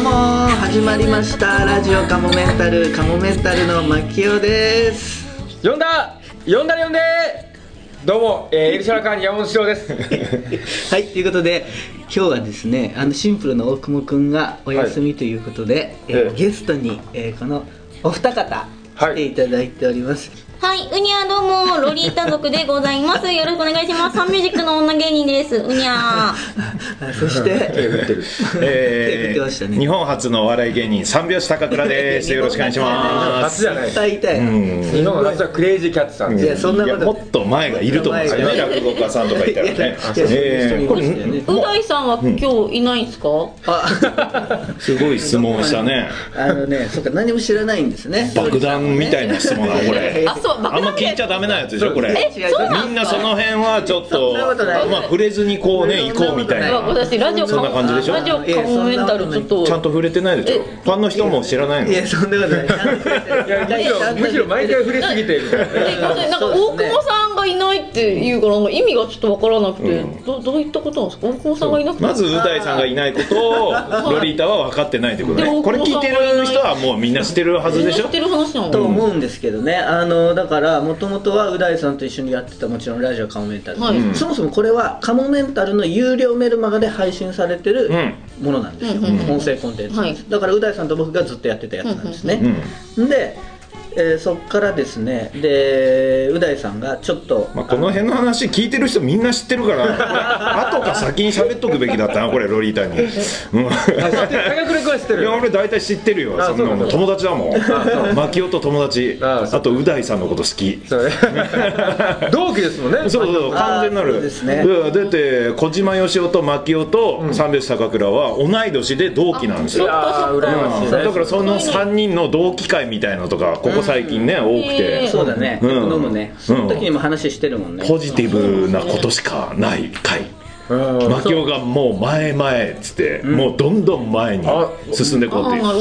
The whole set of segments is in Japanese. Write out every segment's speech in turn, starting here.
も始まりましたラジオカモメンタルの牧雄です。 呼んでどうも、エルシャラカーニ山本史郎ですはい、ということで今日はですねシンプルの大久保くんがお休みということで、ゲストに、このお二方来ていただいております。 はい、うにゃどうも、ロリータ族でございます。よろしくお願いします。サンミュージックの女芸人です。うにゃそして手振ってましたね。 日本初のお笑い芸人三拍子高倉です。よろしくお願いします。 初じゃない。 絶対日本初はクレイジーキャッツさん。 いや、そんなこともっと前がいると思うんですよね。落語家さんとかいたらね。 これう大さんは今日いないんですか？ すごい質問したね。 そっか、何も知らないんですね。 爆弾みたいな質問だこれ。あんま聞いちゃダメなやつでしょこれ。みんなその辺はちょっと触れずにこうね行こうみたいな。 私ラジオそんな感じでしょ。 ラジオカモメンタルちょっとちゃんと触れてないでしょ。ファンの人も知らないの。 いや、そんなことない。 むしろ毎回触れすぎてみたいな。 なんか大久保さんがいないっていうから意味がちょっとわからなくて、どういったことなんですか？大久保さんがいなくて、 まずう大さんがいないことをロリータは分かってないってことね。これ聞いてる人はもうみんな知ってるはずでしょ。 知ってる話なのと思うんですけどね。だからもともとはう大さんと一緒にやってたもちろんラジオカモメンタル、そもそもこれはカモメンタルの有料メルマガで配信されてるものなんですよ、音声コンテンツなんです、だからう大さんと僕がずっとやってたやつなんですね、でそっからですね、でう大さんがちょっと、 この辺の話聞いてる人みんな知ってるから後か先に喋っとくべきだったなこれロリータに。 高倉君は知ってる？ いや俺大体知ってるよ。そんなもん友達だもん。牧雄と友達。あとう大さんのこと好き。 同期ですもんね。 そう完全なる。だって小島よしおと牧雄と三拍子高倉は同い年で同期なんですよ。だからその3人の同期会みたいなのとかここ最近ね多くて。 そうだね、飲むね。その時にも話してるもんね。 ポジティブなことしかない会。牧雄がもう前っつって、もうどんどん前に進んでいこうっていう。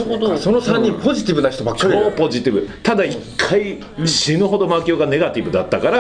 その3人ポジティブな人ばっかり。 超ポジティブ。ただ一回死ぬほど牧雄がネガティブだったから、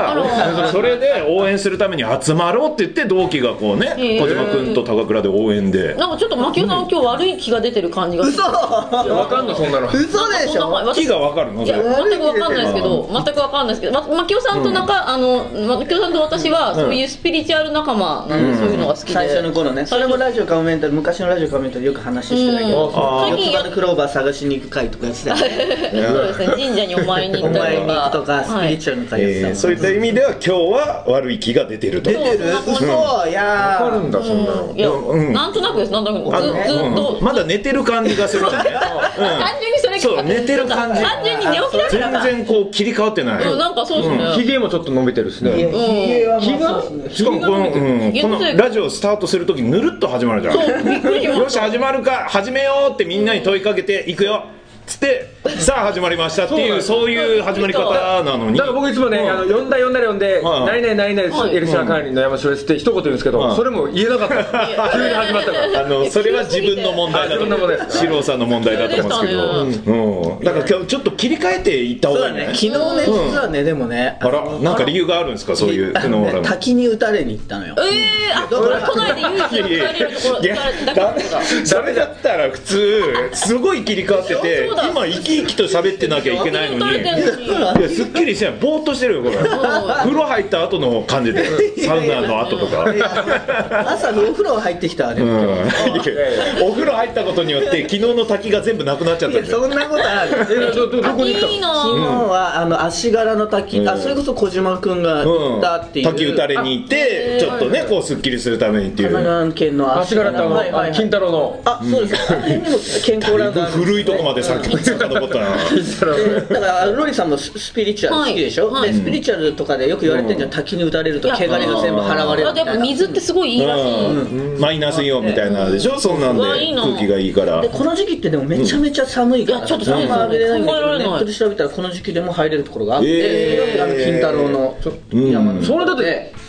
それで応援するために集まろうって言って同期がこうね、小島君と高倉で応援で。 なんかちょっと牧雄さんは今日悪い気が出てる感じがする。 わかんのそんなの。 嘘でしょ。 気がわかるの？ いや全くわかんないですけど、牧雄さんと牧雄さんと私はそういうスピリチュアル仲間なんで、そういうのが好きで。 最初の頃ね、それもラジオカモメンタル、昔のラジオカモメンタルよく話してたけど、四つ葉のクローバー探しに行く会とかやってたよね。 そうですね、神社にお参りに行ったりとか、 スピリチュアルの会やってた。 そういった意味では今日は悪い気が出てると。 出てる？嘘。いやわかるんだそんなの。 いやなんとなくです。なんとなくずっとまだ寝てる感じがするね。 単純にそれそう寝てる感じ。 単純に寝起きだったから全然こう切り替わってない。 なんかそうですね。 ヒゲもちょっと伸びてるしね。 しかもこのラジオスタートするときぬるっと始まるじゃん。よし始まるか始めようってみんなに問いかけていくよつってさあ始まりましたっていうそういう始まり方なのに。 だから僕いつもね呼んだら呼んで何々何々エルシャラカーニの山城ですって一言言うんですけど、それも言えなかった。急に始まったから。 それは自分の問題だと思う。四郎さんの問題だと思うんですけど、だから今日ちょっと切り替えていった方がいいね。 昨日ね、実はね、でもね、 あらなんか理由があるんですか？そういう滝に打たれに行ったのよ。 都内で唯一の帰れるところだけそれだったら普通すごい切り替わってて今生き生きと喋ってなきゃいけないのに、いやすっきりしてない、ぼーっとしてるよこれ。風呂入った後の感じで、サウナの後とか。 朝にお風呂入ってきたあれ。 お風呂入ったことによって昨日の滝が全部なくなっちゃった。 そんなことある？ どこに行ったの？ いいな。 昨日は足柄の滝、それこそ小島くんが行ったっていう滝打たれに行って、ちょっとねこうすっきりするためにっていう。 神奈川県の足柄って金太郎の。 そうです。健康ランド。 古いとこまでさっき遡ったな。 だからロリさんもスピリチュアル好きでしょ。でスピリチュアルとかでよく言われてるじゃん。滝に打たれると汚れが全部払われるみたいな。 やっぱ水ってすごいいいらしい。 マイナスイオンみたいなでしょ。そんなんで空気がいいから。 でこの時期ってでもめちゃめちゃ寒いから。 ちょっと寒い入れないんだけどネットで調べたらこの時期でも入れるところがあって、金太郎の山の。 それだって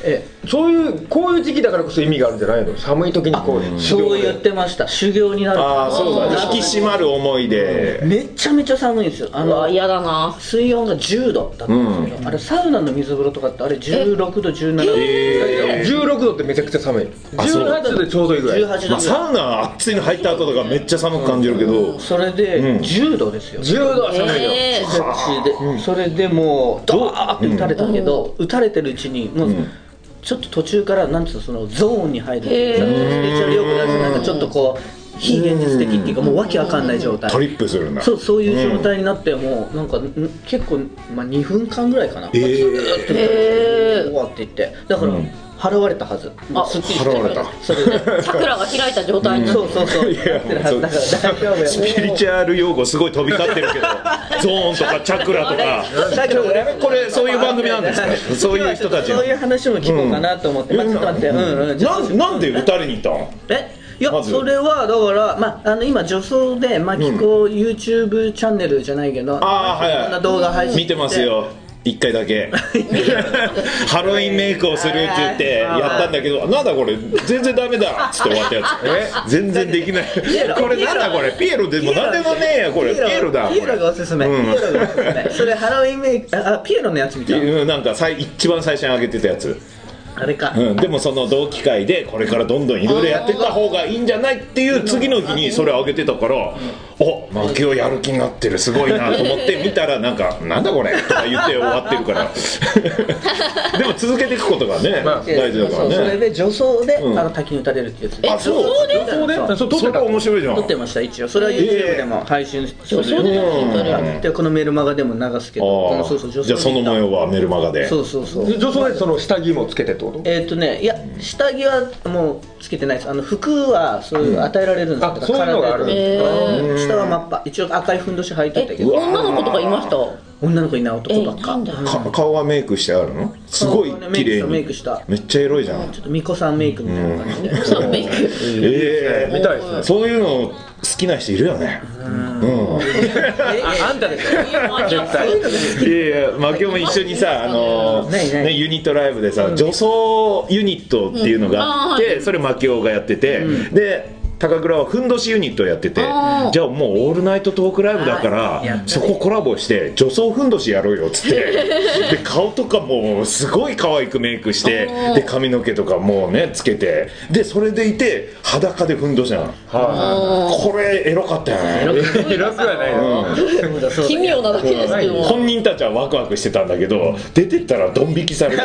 そういうこういう時期だからこそ意味があるんじゃないの？寒い時にこうそう言ってました。修行になる。 ああそうだ、引き締まる思いでめちゃめちゃ寒いんですよ。 嫌だな。 水温が10度だったんですけど、あれサウナの水風呂とかってあれ16度17度、 16度ってめちゃくちゃ寒い。18度でちょうどいいぐらい。 18度、 サウナ熱いの入った後とかめっちゃ寒く感じるけど、 それで10度ですよ。 10度は寒いよ。 それでもうドーって打たれたけど、打たれてるうちにもうちょっと途中からなんつうの、そのゾーンに入るっていうか、スピリチュアル用語だとなんかちょっとこう非現実的っていうか、もうわけわかんない状態、 トリップするんだ。 そういう状態になって、もうなんか結構、2分間ぐらいかな、ずーっと終わっていって、だから払われたはず。すっきりして払われた。 それで桜が開いた状態になって、 そういやなってるはずだから大丈夫よ。 スピリチュアル用語すごい飛び交ってるけど、ゾーンとかチャクラとか、これそういう番組なんですか？そういう人たちの。 そういう話も聞こうかなと思って、ちょっと待って、 なんで打たれに行ったの？ いや、それはだから、今女装でマキコ YouTube チャンネルじゃないけど、いろんな動画配信見てますよ。1回だけハロウィンメイクをするって言ってやったんだけど、なんだこれ全然ダメだっつって終わったやつ。全然できない。これなんだこれ、ピエロでもなんでもねえやこれ、ピエロだ。 ピエロがおすすめ。それハロウィンメイク、ピエロのやつみたいな。 なんか一番最初に上げてたやつ。 あれか、 でもその同期会でこれからどんどんいろいろやってった方がいいんじゃないっていう次の日にそれを上げてたから、お、マキオやる気になってる、すごいなと思って見たら、なんかなんだこれとか言って終わってるからでも続けていくことがね、大事だからね。 それで女装で滝に打たれるってやつ。 そうそれ面白いじゃん。 撮ってました一応。それは YouTube でも配信するで、このメルマガでも流すけど、 じゃあその模様はメルマガで。 そう女装でその下着もつけてってこと？ いや、下着はもうつけてないです。服はそういう与えられるんですけど、 そういうのがある。 下はマッパ、一応赤いふんどし履いてたけど。 女の子とかいました？ 女の子いない、男ばっか。 顔はメイクしてあるの？すごい綺麗に。 メイクした。 めっちゃエロいじゃん。 ちょっと巫女さんメイクみたいな感じで。 巫女さんメイク。 見たいですね。 そういうの好きな人いるよね。 あんたですよ。絶対。 いやマキオも一緒にさ、ユニットライブでさ、女装ユニットっていうのがあって、それマキオがやってて、で高倉はふんどしユニットをやってて、じゃあもうオールナイトトークライブだからそこコラボして女装ふんどしやろうよっつってで顔とかもすごい可愛くメイクして、で髪の毛とかもうねつけて、でそれでいて裸でふんどしなの。これエロかったよね。 エロくはないの。 奇妙なだけですけど、 本人たちはワクワクしてたんだけど、出てったらドン引きされて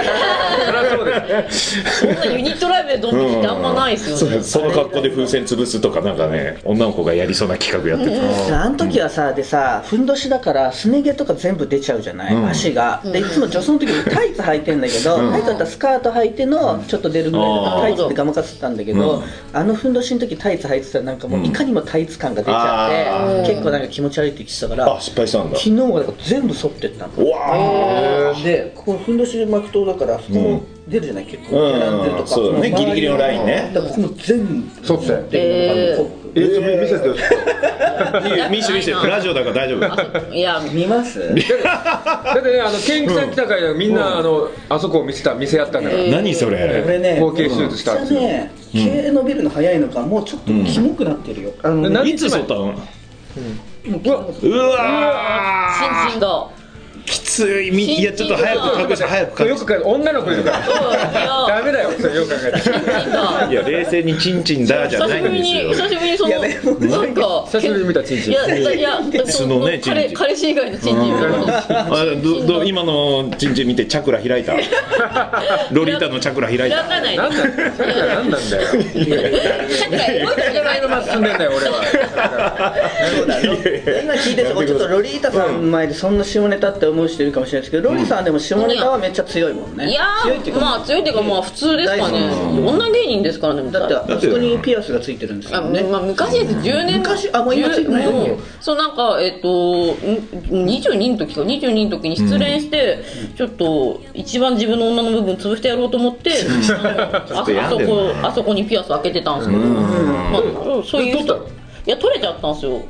そんなユニットライブでドン引きってあんまないですよね。 その格好で風船潰すとか、なんかね、女の子がやりそうな企画やってた。 あの時はさ、でさ、ふんどしだからすね毛とか全部出ちゃうじゃない、足が。でいつも女装の時にタイツ履いてんだけど、タイツだったらスカート履いてのちょっと出るぐらいだからタイツってガムかせてたんだけど、あのふんどしの時タイツ履いてたらなんかもういかにもタイツ感が出ちゃって、結構なんか気持ち悪いって言ってたから、 失敗したんだ。 昨日もだから全部剃ってったの。でここふんどし巻くとだからそこも出るじゃない、結構並んでるとか、 そうね、ギリギリのラインね。 だからここも全部剃って見せてよ。 見せて、ラジオだから大丈夫。 いや見ます。 だってね、ケンキさん来たからみんなあそこを見せ合ったんだから。 何それ。 これね、 包茎手術したんですよ。 毛伸びるの早いのか、もうちょっとキモくなってるよ。 いつ剃ったの？うわシンシンがきつい。いやちょっと早く隠して、早く隠して。 よく女の子いるからダメだよ、それよく考えて。 いや冷静にチンチンだじゃないんですよ。 久しぶりにそのなんか久しぶりに見たチンチン。 いやその彼氏以外のチンチン。 今のチンチン見てチャクラ開いた。ロリータのチャクラ開いた。 何なんだよ。今進んでんだよ俺は。 そうだよ。今聞いててちょっとロリータさん前でそんな下ネタって思う人いるかもしれないですけど、ロリさんでも下ネタはめっちゃ強いもんね。 いや強いっていうかまあ普通ですかね。女芸人ですからね。 だってあそこにピアスがついてるんですよね。 昔です。10年昔、もう今ついてないよ。 そうなんか22の時22の時に失恋してちょっと一番自分の女の部分潰してやろうと思ってあそこにピアス開けてたんですけど、そういう人いや取れちゃったんですよ。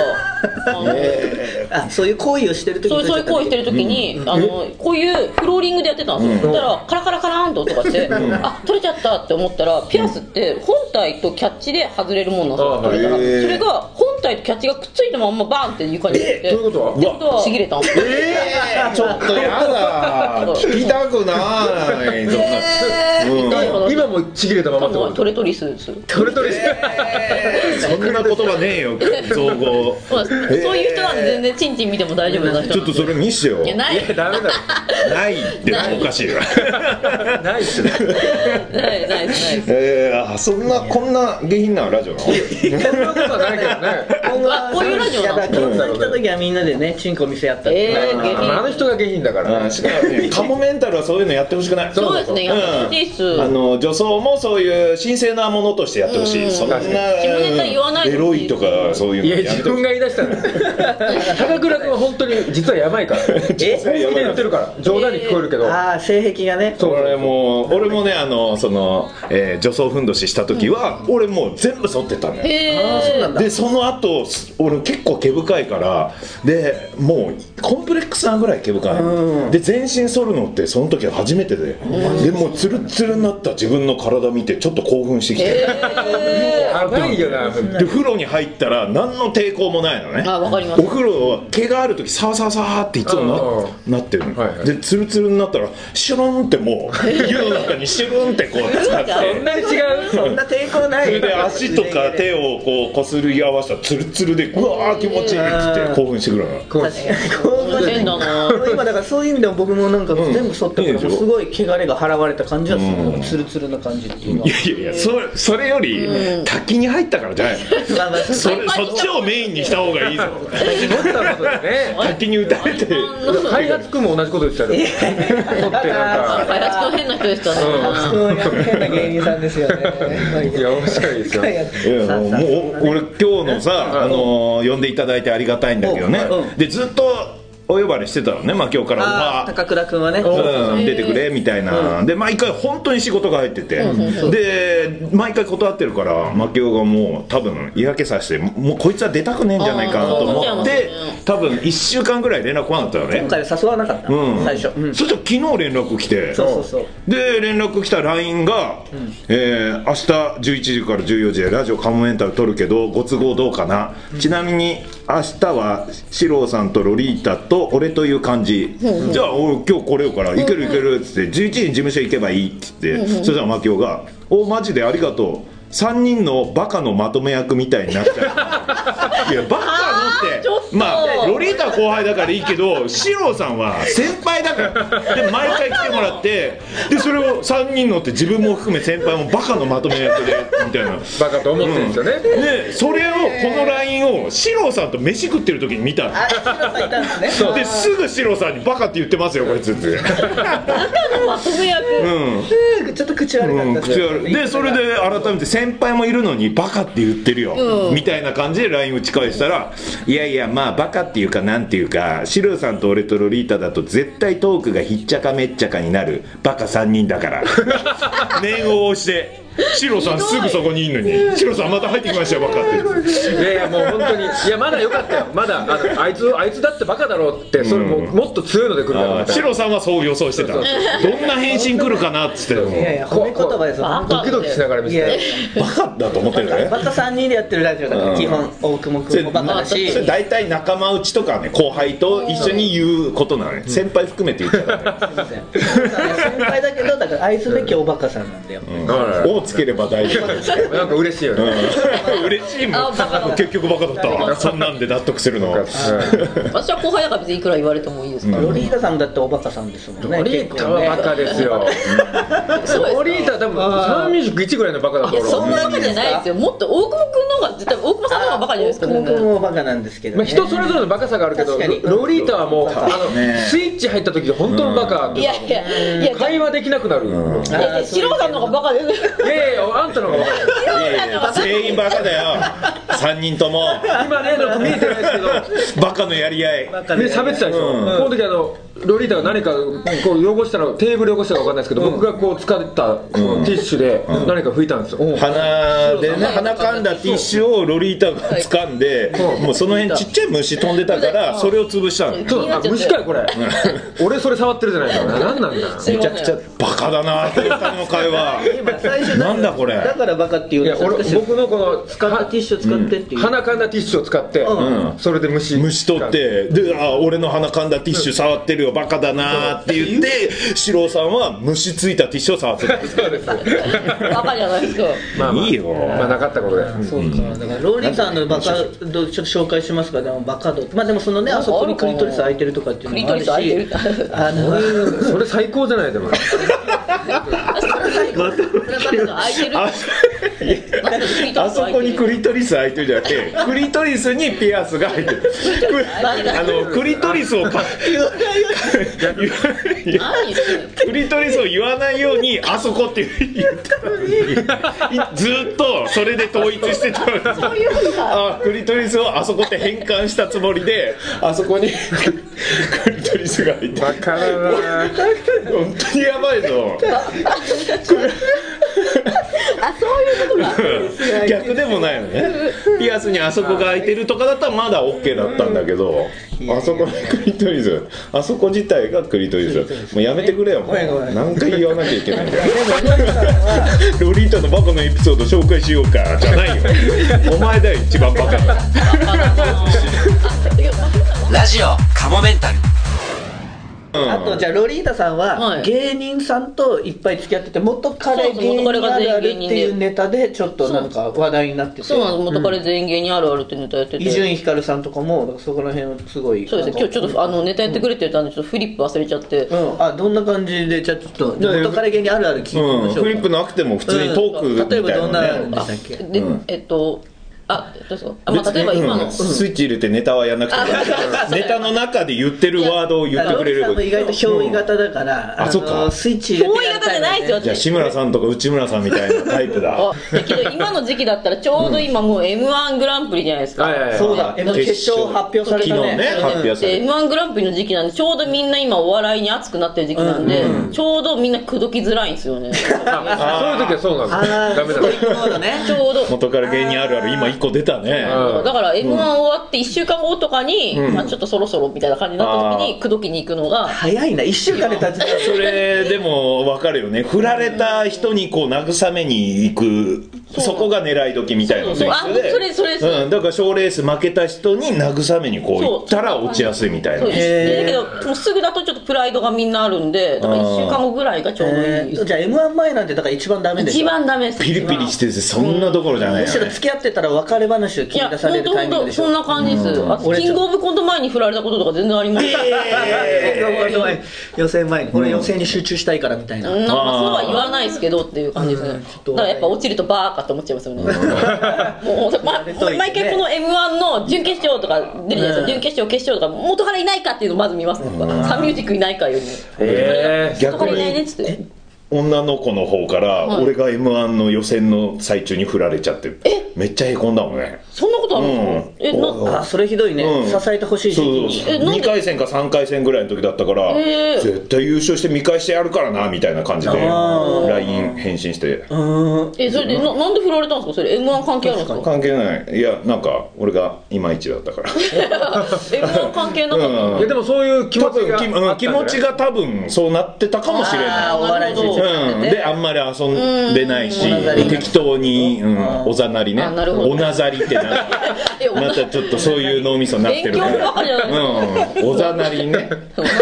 あ、そういう行為をしてる時にそういう行為してる時に、こういうフローリングでやってたんですよ。だからカラカラカラーンと音がして、あ、取れちゃったって思ったら、ピアスって本体とキャッチで外れるもんなんですよ。取れたらそれが本体とキャッチがくっついたまんまバーンって床に落ちて、 どういうことはちぎれたんですよ。 ちょっとやだ聞きたくない今もちぎれたままってこと？ トレトリスです。 トレトリスそんな言葉ねえよ造語。 そういう人なんで全然チンチン見ても大丈夫な人。 ちょっとそれ見してよ。 いやない。 ダメだないっておかしいわ。 ないっすね。 ない。 あ、そんなこんな下品なラジオなの？ そんなことはないけどね。 こういうラジオなんですか？ 京都に来た時はみんなでねチンコ見せ合ったってあの人が下品だからしかもね、カモメンタルはそういうのやってほしくない？ そうですね、やってほしいっす。 女装もそういう神聖なものとしてやってほしい。そんな下ネタ言わないでエロいとかそういうのいや自分が言い出したの。高倉君は本当に実はやばいから。本気で言ってるから。冗談に聞こえるけど。 ああ、性癖がね。 俺もねその女装ふんどしした時は俺もう全部剃ってたのよ。でその後俺結構毛深いからでもうコンプレックスなぐらい毛深い。で全身剃るのってその時は初めてで、でもうツルツルになった自分の体見てちょっと興奮してきて。 やばいよな。 で風呂に入ったら何の抵抗もないのね。 あ、わかります。 お風呂は毛がある時サワサワサワっていつもなってるの。でツルツルになったらシュルンってもう湯の中にシュルンってこう使ってそんなに違う？ そんな抵抗ない。 それで足とか手をこうこすり合わせたらツルツルでうわー気持ちいいっつって興奮してくるの。 確かに変だな。 今だからそういう意味でも僕もなんか全部剃ったからすごい汚れが払われた感じはする。ツルツルな感じっていうのは。 いやそれより滝に入ったからじゃないの。そっちをメインにした方がいいぞ。滝に打たれて開発君も同じこと言ってたよ。 開発君変な人でしたね。 変な芸人さんですよね。 いや面白いですよ。 もう俺今日のさ呼んでいただいてありがたいんだけどね。でずっとお呼ばれしてたのね、まあ今日から高倉君はね、 出てくれみたいな、で毎回本当に仕事が入ってて、で毎回断ってるからマキオがもう多分嫌気させてもうこいつは出たくねえんじゃないかなと思って多分1週間ぐらい連絡来なかったよね。 今回誘わなかった最初。そしたら昨日連絡来て、で連絡来た LINE が明日11時から14時でラジオカモメンタル撮るけどご都合どうかな、ちなみに明日はシローさんとロリータと俺という感じ、じゃあ俺今日来れるからいけるいけるっつって11時に事務所行けばいいっつって、そしたらマキオが「おマジでありがとう、3人のバカのまとめ役みたいになっちゃう」いやバカのってまあロリータは後輩だからいいけどシローさんは先輩だからで毎回来てもらってでそれを3人のって自分も含め先輩もバカのまとめ役でみたいなバカと思ってるんですよね。 でそれをこの LINE をシローさんと飯食ってる時に見たの。ですぐシローさんにバカって言ってますよこいつってバカのまとめ役、 ちょっと口悪かったでそれで改めて先輩もいるのにバカって言ってるよ、みたいな感じで LINE 打ち返したらいやいやまあバカっていうかなんていうかシローさんと俺とロリータだと絶対トークがひっちゃかめっちゃかになるバカ3人だから念を押してシロさんすぐそこにいるのにシロさんまた入ってきましたよバカっていやいやもう本当にいやまだよかったよまだあいつだってバカだろってそれもっと強いので来るからシロさんはそう予想してたどんな返信来るかなっつっていやいや褒め言葉ですよドキドキしながら見てたバカだと思ってるねバカ3人でやってるラジオだから基本大久保君もバカだしそれ大体仲間内とかね後輩と一緒に言うことなのね先輩含めて言っちゃった先輩だけどだから愛すべきおバカさんなんだよをつければ大丈夫なんか嬉しいよね嬉しいもん結局バカだったわそんなんで納得するの私は後輩だから別にいくら言われてもいいですからロリータさんだっておバカさんですもんねロリータはバカですよロリータ多分321ぐらいのバカだと思うそんなバカじゃないですよもっと大久保君の方が絶対大久保さんの方がバカじゃないですか大久保君もバカなんですけど人それぞれのバカさがあるけどロリータはもうスイッチ入った時で本当のバカ会話できなくなるシローさんの方がバカですいやあんたのが分かる。 全員バカだよ3人とも。 今ねなんか見えてないですけどバカのやり合い。 喋ってたでしょ。この時ロリータが何かこう汚したの、テーブル汚したか分かんないですけど、僕がこう使ったティッシュで何か拭いたんですよ。 鼻でね、鼻かんだティッシュをロリータが掴んで、もうその辺ちっちゃい虫飛んでたからそれを潰したの。 虫かよこれ。俺それ触ってるじゃないか。何なんだ。 めちゃくちゃバカだなって2人の会話。なんだこれ。 だからバカっていう。 僕のこの使ったティッシュを使ってっていう。 鼻かんだティッシュを使ってそれで虫取ってで、俺の鼻かんだティッシュ触ってるよバカだなって言って四郎さんは虫ついたティッシュを触ってた。 そうです。バカじゃないですか。 まあいいよ。 まあなかったことで。 そうか。だからローリーさんのバカ度ちょっと紹介しますか。でもバカ度。まあでもそのね、あそこにクリトリス空いてるとかっていうのもあるし。 それ最高じゃないでも。 あそこにクリトリス空いてるじゃなくて、クリトリスにピアスが入ってる。クリトリスをクリトリスを言わないようにあそこって言ったのにずっとそれで統一してた。クリトリスをあそこって変換したつもりで、あそこにクリトリスが入ってる。 バカだな。 本当にやばいぞ。 そういうことか。逆でもないのね。ピアスにあそこが開いてるとかだったらまだ OK だったんだけど、あそこのクリトリス、あそこ自体がクリトリス。もうやめてくれよ。もう何回言わなきゃいけないんだよ。ロリータのバカのエピソード紹介しようかじゃないよ。お前だよ一番バカな。 ラジオカモメンタル。 あとじゃあロリータさんは芸人さんといっぱい付き合ってて、元彼芸人あるあるっていうネタでちょっとなんか話題になってて。 そうなんです。元彼全員芸人あるあるってネタやってて、 伊集院光さんとかもそこら辺すごい。 そうですね。今日ちょっとネタやってくれって言ったんでちょっとフリップ忘れちゃって、 どんな感じで、じゃあちょっと元彼芸人あるある聞いてみましょうか。 フリップなくても普通にトークみたいなね。 例えばどんなのでしたっけ。 でどうですか。例えば今のスイッチ入れてネタはやんなくてもネタの中で言ってるワードを言ってくれる。 ロリーさんも意外と憑依型だから、 そっか。 スイッチ入れて憑依型じゃないですよ。 じゃあ志村さんとか内村さんみたいなタイプだ。 けど今の時期だったらちょうど今もう M1 グランプリじゃないですか。 そうだ。決勝発表されたね。 発表された。 M1 グランプリの時期なんで、ちょうどみんな今お笑いに熱くなってる時期なんで、ちょうどみんな口説きづらいんですよね。 そういう時はそうなんです。ダメだ。 ちょうど元から芸人あるある今1個出たね。 だから M1 終わって1週間後とかに、ちょっとそろそろみたいな感じになった時に口説きに行くのが早いな。1週間で経つ。 それでも分かるよね。振られた人にこう慰めに行く、そこが狙い時みたいなのと一緒で、 それだから賞レース負けた人に慰めにこう行ったら落ちやすいみたいな。だけどもうすぐだとちょっとプライドがみんなあるんで、だから1週間後ぐらいがちょうどいい。 じゃあ M1 前なんてだから一番ダメですよ。 一番ダメです。 ピリピリしててそんなところじゃないよね。 むしろ付き合ってたら別れ話を切り出されるタイミングでしょ。 そんな感じです。あとキングオブコント前に振られたこととか全然あります。 予選前に俺予選に集中したいからみたいな。 そうは言わないですけどっていう感じですね。だからやっぱ落ちるとバーカと思っちゃいますよね。もう毎回この M1 の準決勝とか出るじゃないですか。準決勝決勝とか元からいないかっていうのをまず見ますね。サンミュージックいないかよりも元からいないねっつって。 女の子の方から俺が M1 の予選の最中に振られちゃってめっちゃへこんだもんね。 そんなことあるんですか。 それひどいね。支えてほしい時期に2回戦か3回戦ぐらいの時だったから絶対優勝して見返してやるからなみたいな感じで LINE 返信して。 それでなんで振られたんですか。それ M1 関係あるんですか。 関係ない。いやなんか俺がいまいちだったから M1 関係なかった。 でもそういう気持ちが多分そうなってたかもしれない。 お笑いであんまり遊んでないし適当におざなりね、おなざりってまたちょっとそういう脳みそになってるからおざなりね、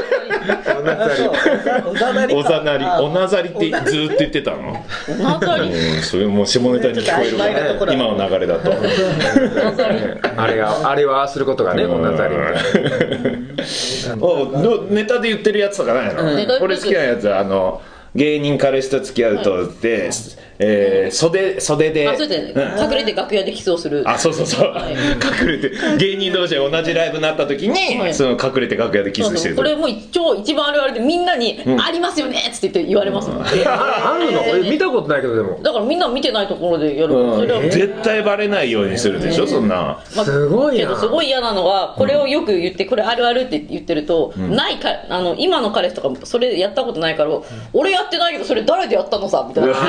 おなざりってずっと言ってたの。それも下ネタに聞こえるから今の流れだとあれはすることがね、おなざりネタで言ってるやつとかないの。俺好きなやつは芸人彼氏と付き合うとって袖で、 そうですね、隠れて楽屋でキスをする。 そう、隠れて芸人同士が同じライブになった時に、その隠れて楽屋でキスしてる。 これも一番あるあるで、みんなにありますよねっつって言われますもん。 あるの？見たことないけど。でもだからみんな見てないところでやる。 絶対バレないようにするでしょ、そんな。 すごいな。 けどすごい嫌なのは、これをよく言って、これあるあるって言ってると、今の彼氏とかもそれやったことないから、俺やってないけどそれ誰でやったのさみたいな。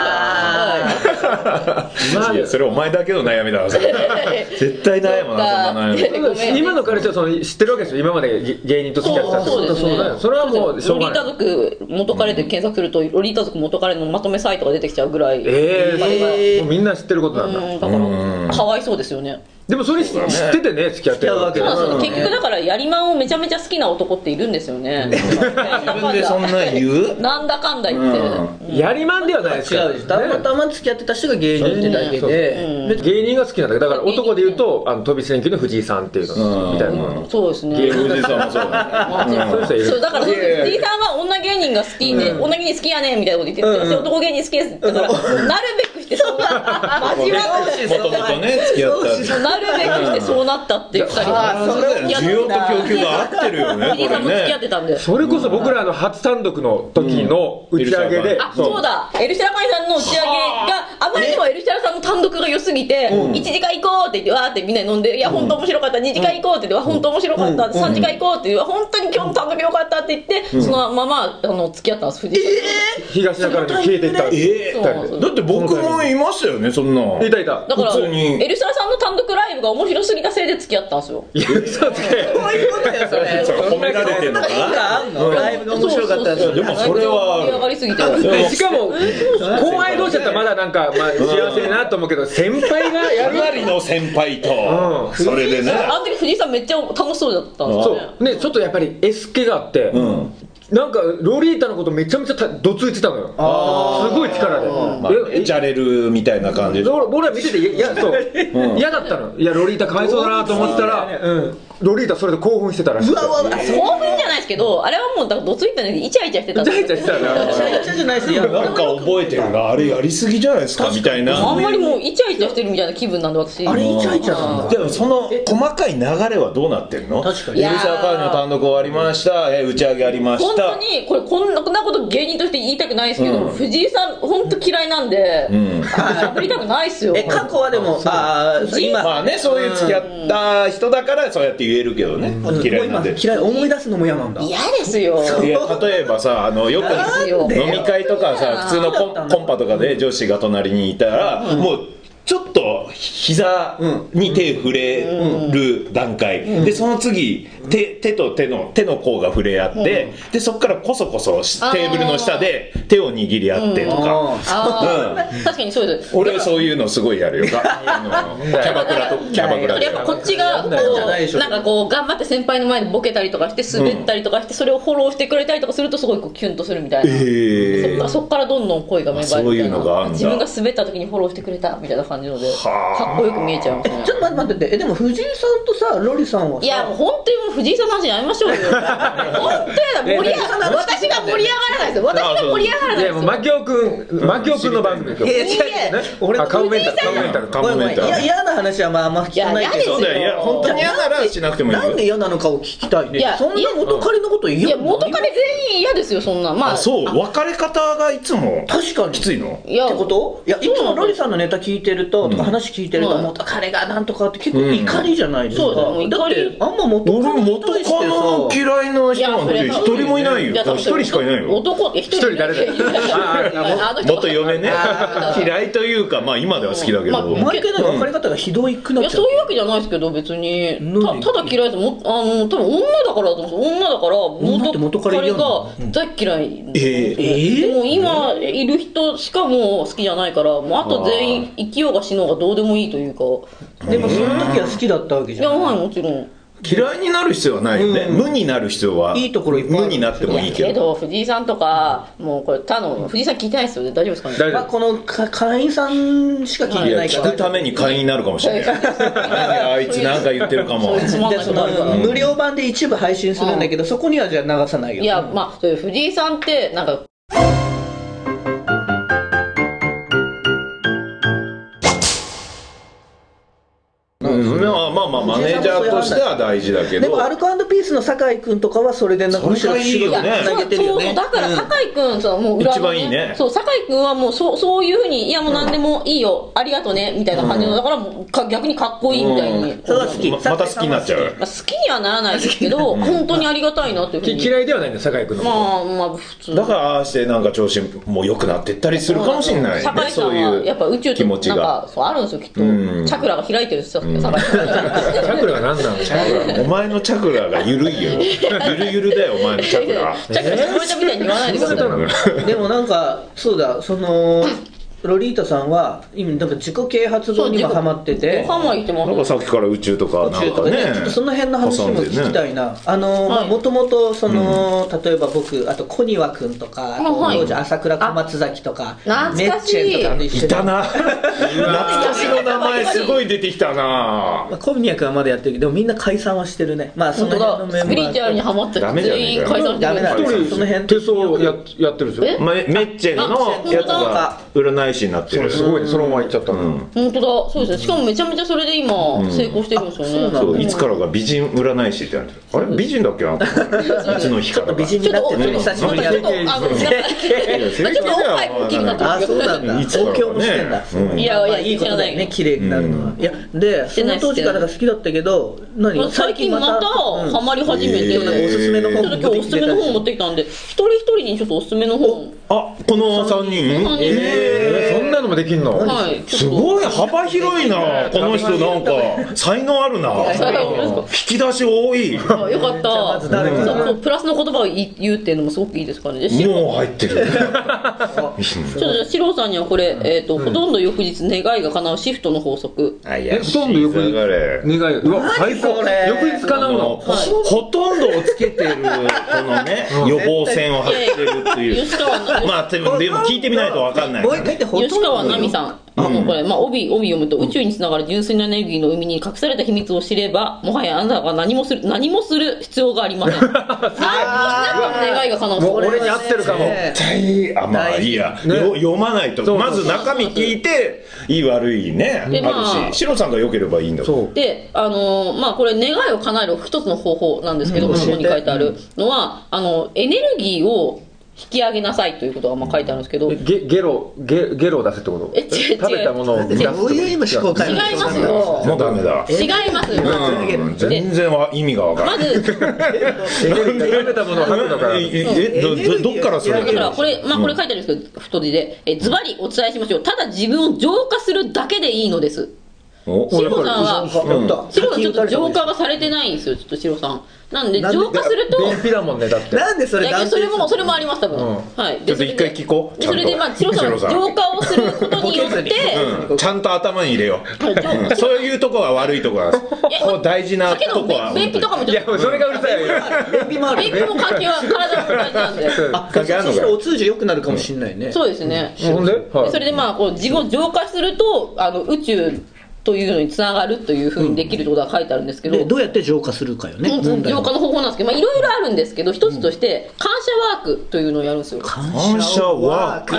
それお前だけの悩みだわ。絶対悩むな、そんな悩み。 今の彼氏は知ってるわけですよ、今まで芸人と付き合ってたって。 そうですね。 それはもうしょうがない。 ロリータ族元彼で検索すると、ロリータ族元彼のまとめサイトが出てきちゃうぐらい。 もうみんな知ってることなんだ。 だからかわいそうですよね。 でもそれ知っててね、付き合ってるわけだ。 そうなんですよ。結局だからやりまんをめちゃめちゃ好きな男っているんですよね。 自分でそんな言う？ なんだかんだ言って。 やりまんではないですから。 違うです。たまたま付き合ってた人が芸人ってだけで、 芸人が好きなんだけど、だから男で言うと飛び出し連休の藤井さんっていうのみたいな。 そうですね。 芸人藤井さんもそうだね。 そうだから藤井さんは女芸人が好きで、女芸人好きやねんみたいなこと言ってて、私男芸人好きですだからなるべくしてそうな交わってもともとね付き合ったなるべくしてそうなったっていう2人は需要と供給が合ってるよね。 藤井さんも付き合ってたんで。 それこそ僕らの初単独の時の打ち上げで、 そうだ、エルシャラカイさんの打ち上げがあまりにもエルシャラさんの単独が良すぎて、1時間行こうって言ってわーってみんなで飲んで、いや本当面白かった、2時間行こうって言って本当面白かった、3時間行こうって言って本当に今日の単独良かったって言って、そのまま付き合ったんです。藤井さん東中野に消えていった。 だって僕もいましたよね、そんな。 いただからエルシャラさんの単独ライブが面白すぎたせいで付き合ったんですよ。 いや嘘つけ。 こういうことだよそれ。 褒められてんのかな。 ライブが面白かったんですよ。 でもそれは盛り上がりすぎて。 しかも後輩同士だったらまだなんか幸せだなと思うけど、先輩がやる。 かなりの先輩とそれでね。 あの時藤井さんめっちゃ楽しそうだったんですよね。 そうね、ちょっとやっぱり S 気があって。なんかロリータのことめちゃめちゃどついてたのよ。すごい力で。 じゃれるみたいな感じで。 俺は見てて嫌だったの。いやロリータかわいそうだなと思ったら、ロリータそれで興奮してたらしい。 興奮じゃないですけど、あれはもうだからどついたのにイチャイチャしてた。 イチャイチャしてたイチャイチャじゃないですよ。 なんか覚えてるな、あれやりすぎじゃないですかみたいな。 あんまりもうイチャイチャしてるみたいな気分なんで私。 あれイチャイチャなんだ。 でもその細かい流れはどうなってるの？ 確かに。 エルシャラカーニの単独終わりました、打ち上げありました。 本当にこんなこと芸人として言いたくないですけど、藤井さん本当嫌いなんで喋りたくないっすよ。 過去はでも今まあね、そういう付き合った人だからそうやって言えるけどね。嫌いなんで。 嫌い思い出すのも嫌なんだ。 嫌ですよ。 いや例えばさ、よく飲み会とかさ、普通のコンパとかで女子が隣にいたら、もうちょっと膝に手触れる段階、でその次手と手の甲が触れ合って、でそこからこそこそテーブルの下で手を握り合ってとか。 確かにそうです。 俺そういうのすごいやるよ。キャバクラでやっぱこっちがこうなんかこう頑張って先輩の前でボケたりとかして滑ったりとかして、それをフォローしてくれたりとかするとすごいこうキュンとするみたいな。そっからどんどん恋が芽生えるみたいな。自分が滑った時にフォローしてくれたみたいな感じので、かっこよく見えちゃいますね。 ちょっと待ってでも藤井さんとさロリさんはさ、 いやもう本当にもう藤井さんの話やめましょうよ。本当やだ、私が盛り上がらないですよ。私が盛り上がらないですよ。 いやもうマキオ君の番組ですよ。 俺カモメンタル嫌な話はまあ聞かないけど、 いや本当に嫌ならしなくてもいいよ。 なんで嫌なのかを聞きたいね。そんな元彼のこと嫌？ いや元彼全員嫌ですよそんな。まあそう別れ方がいつも確かにきついのってこと？いやいつもロリさんのネタ聞いてるととか話聞いてると元彼がなんとかって結構怒りじゃないですか。だってあんま元彼に対してさ嫌いな人なんて一人もいないよ。一人しかいないよ。 男って一人誰だよ。 元嫁ね。嫌いというかまあ今では好きだけど。 毎回の別れ方がひどいくなっちゃう。 そういうわけじゃないですけど別にただ嫌いです。多分女だからだと思うんですよ。女だから元彼が大嫌い。でも今いる人しかもう好きじゃないから、もうあと全員生きようが死のうがどうでもいいというか。 でもその時は好きだったわけじゃん。 いやはいもちろん。 嫌いになる必要はないよね。無になる必要はいいところいっぱいある。 無になってもいいけど。 藤井さんとかもうこれ藤井さん聞いてないですよね。大丈夫ですかね。 まあこの会員さんしか聞いてないから。 聞くために会員になるかもしれない。あいつなんか言ってるかも。 じゃあその無料版で一部配信するんだけど、そこにはじゃあ流さないよ。 いやまあそういう藤井さんってなんかまあマネージャーとしては大事だけど、 でもアルコ&ピースの酒井君とかはそれでなんかむしろ仕事つなげてるよね。 そうだから酒井君さ、もう裏のね、 一番いいね。 そう、酒井君はもうそういうふうに、いやもう何でもいいよ、ありがとねみたいな感じの、だからもう逆にかっこいいみたいに、 それは好き。 また好きになっちゃう。 好きにはならないですけど、本当にありがたいなっていうふうに。 嫌いではないんだ酒井君の。 まあ普通。 だからああしてなんか調子も良くなってったりするかもしれないね。 酒井さんはやっぱ宇宙となんかそうあるんですよきっと。チャクラが開いてるんですよ。酒井さん。 チャクラが何なの？ お前のチャクラが緩いよ。ゆるゆるだよお前のチャクラ。 チャクラ聞こえたみたいに言わないでください。 でもなんかそうだ、そのロリータさんは今なんか自己啓発本にもハマってて、 ハマってます。 なんかさっきから宇宙とかなんかね、 ちょっとその辺の話も聞きたいな。もともとその例えば僕あと小庭くんとか、当時朝倉小松崎とかメッチェンとかでいたな。懐かしの名前すごい出てきたな。 小宮くんはまだやってるけどみんな解散はしてるね。まあその辺のメンバー。 スピリチュアルにハマって全員解散してる。 一人その辺手相やってるんですよ。 メッチェンのやつが占い師になってる。 すごいね、そのまま行っちゃったの。 本当だ、そうですね。しかもめちゃめちゃそれで今成功してるんですよね。 そう、いつからか美人占い師って言われてる。あれ美人だっけな。いつの日からか。 美人になってる。久しぶりにやる。 ちょっとおっぱい大きくなってあ、そうなんだ。 いつからもしてんだ。 いやいいことだよね、綺麗になるのは。いやでその当時から好きだったけど、 最近またハマり始めて、 おすすめの本今日おすすめの本持ってきたんで、一人一人にちょっとおすすめの本。 あ、この3人？ そんなのもできんの？ はい。 すごい幅広いな。この人なんか才能あるな。引き出し多い。 よかった。そうプラスの言葉を言うっていうのもすごくいいですからね。 もう入ってる。 ちょっとシローさんにはこれほとんど翌日願いが叶うシフトの法則。 あ、いや、 ほとんど翌日願い。うわ、最高。翌日叶うの。 ほとんどをつけてるこのね予防線を張ってるっていう。まあでも聞いてみないと分かんない。 吉川奈美さん、これ、帯読むと、宇宙につながる純粋なエネルギーの海に隠された秘密を知れば、もはやあなたは何もする必要がありません。願いが叶う。 俺に合ってるかも。 絶対まあいいや、読まないと。まず中身聞いていい悪いねあるし、シロさんが良ければいいんだもん。 でこれ願いを叶える一つの方法なんですけど、ここに書いてあるのはエネルギーを引き上げなさいということが書いてあるんですけど、 ゲロを出せってこと？食べたものを出す。 どういう今思考回路？ 違いますよ。 もうダメだ。 違います。 全然意味がわからない。 まず食べたものを吐くのか。 どっからそれ？ だからこれ書いてあるんですけど、太字でズバリお伝えしましょう。ただ自分を浄化するだけでいいのです。シロさんはちょっと浄化がされてないんですよ、ちょっとシロさん。なんで浄化すると便秘だもんね、だって。 なんでそれ？ それもあります多分。はい。 ちょっと一回聞こう。 それでシロさんは浄化をすることによってちゃんと頭に入れよう。そういうとこは悪いとこは大事なとこは。 便秘とかもちょっと。 いやそれがうるさいよ。 便秘もある。 便秘も関係は体の大事なんで。 関係あるのか。 お通じ良くなるかもしれないね。 そうですね。 ほんで？ それで自分を浄化すると宇宙というのにつながるというふうにできるってことが書いてあるんですけど、 どうやって浄化するかよね。 浄化の方法なんですけど、いろいろあるんですけど、一つとして感謝ワークというのをやるんですよ。 感謝ワーク。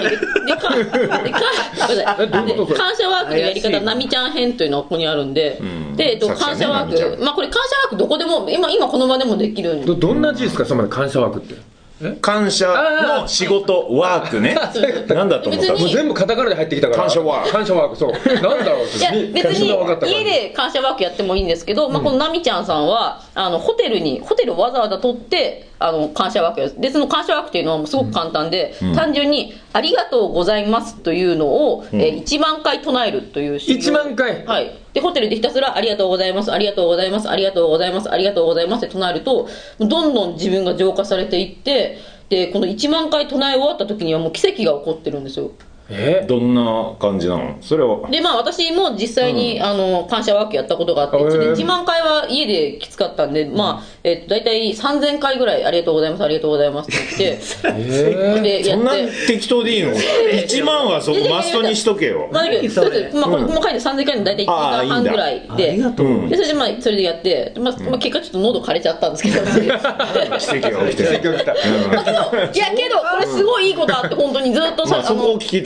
感謝ワークのやり方、なみちゃん編というのはここにあるんで、感謝ワーク、これ感謝ワークどこでも今この場でもできる。 どんな字ですか、その感謝ワークって。 感謝の仕事ワークね。なんだと思った？ もう全部カタカナで入ってきたから。感謝ワーク、そう。なんだろう。 いや別に家で感謝ワークやってもいいんですけど、このなみちゃんさんはホテルをわざわざ取って感謝ワークやる。でその感謝ワークっていうのはすごく簡単で、単純にありがとうございますというのを1万回唱えるという。 1万回。 はい。でホテルでひたすらありがとうございます、ありがとうございます、ありがとうございます、ありがとうございますって唱えると、どんどん自分が浄化されていって、でこの1万回唱え終わった時にはもう奇跡が起こってるんですよ。 どんな感じなのそれは。 で私も実際に、感謝ワークやったことがあって、1万回は家できつかったんで、大体3000回ぐらいありがとうございますありがとうございますって言ってでやって。 そんな適当でいいの？1万はそこマストにしとけよ。 これ細かいで3000回の大体1時間半ぐらいで、それでやって、結果ちょっと喉枯れちゃったんですけど奇跡が起きてる。 けどこれすごいいいことあって、本当にずっとそこを聞きたい。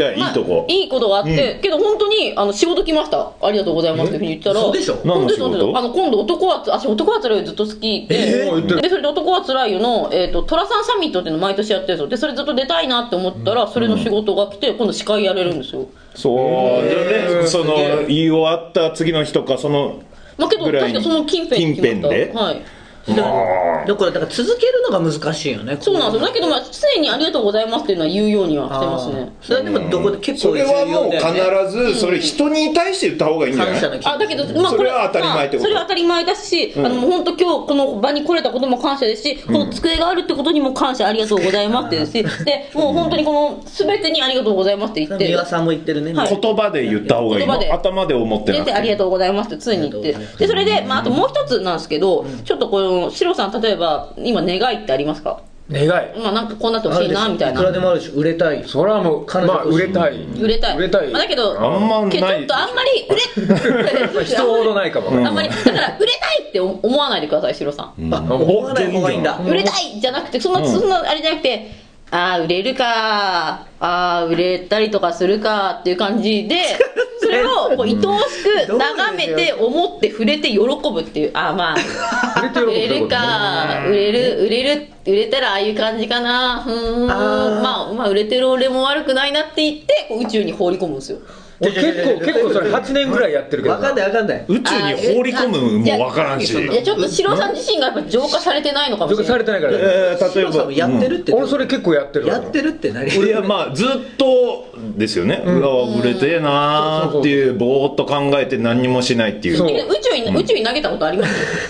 ゃあいいとこ、 いいことがあって、けど本当に仕事来ました、ありがとうございますっていうふうに言ったら、 そうでしょ、 何の仕事？ 今度男はつらいよずっと好きで、それで男はつらいよのトラさんサミットっていうの毎年やってるんですよ。でそれずっと出たいなって思ったら、それの仕事が来て今度司会やれるんですよ。 そうでね、その言い終わった次の日とかそのけど確かその近辺で、 はい、 だから続けるのが難しいよね。 そうなんですよ。だけど常にありがとうございますっていうのは言うようにはしてますね。 それでもどこで結構それはもう必ずそれ人に対して言った方がいいんじゃない？ だけどそれは当たり前ってこと。 それは当たり前だし、本当今日この場に来れたことも感謝ですし、この机があるってことにも感謝、ありがとうございますってですし、でもう本当にこの全てにありがとうございますって言って、 三輪さんも言ってるね、 言葉で言った方がいいの？頭で思ってなくてありがとうございますって常に言って、でそれであともう一つなんですけど、ちょっとこのシロさん例えば今願いってありますか？ 願い、 なんかこうなってほしいなみたいな。 いくらでもあるし、売れたい。 それはもう売れたいだけどあんまない、 ちょっとあんまり人ほどないかも、 あんまりだから売れたいって思わないでください、シロさん。 思わない方がいいんだ。 売れたいじゃなくて、そんなあれじゃなくて、売れるか、売れたりとかするかっていう感じで、それをこう愛おしく眺めて思って触れて喜ぶっていう。売れるか、売れたらああいう感じかな、売れてる俺も悪くないなって言ってこう宇宙に放り込むんですよ。 結構それ8年ぐらいやってるけど、 分かんない宇宙に放り込むも分からんし、 いやちょっとシロさん自身がやっぱ浄化されてないのかもしれない。 浄化されてないから、 例えばやってるって、 俺それ結構やってる。 やってるって何？ いやずっとですよね、売れてえなーっていうぼーっと考えて何にもしないっていう。 宇宙に投げたことあります？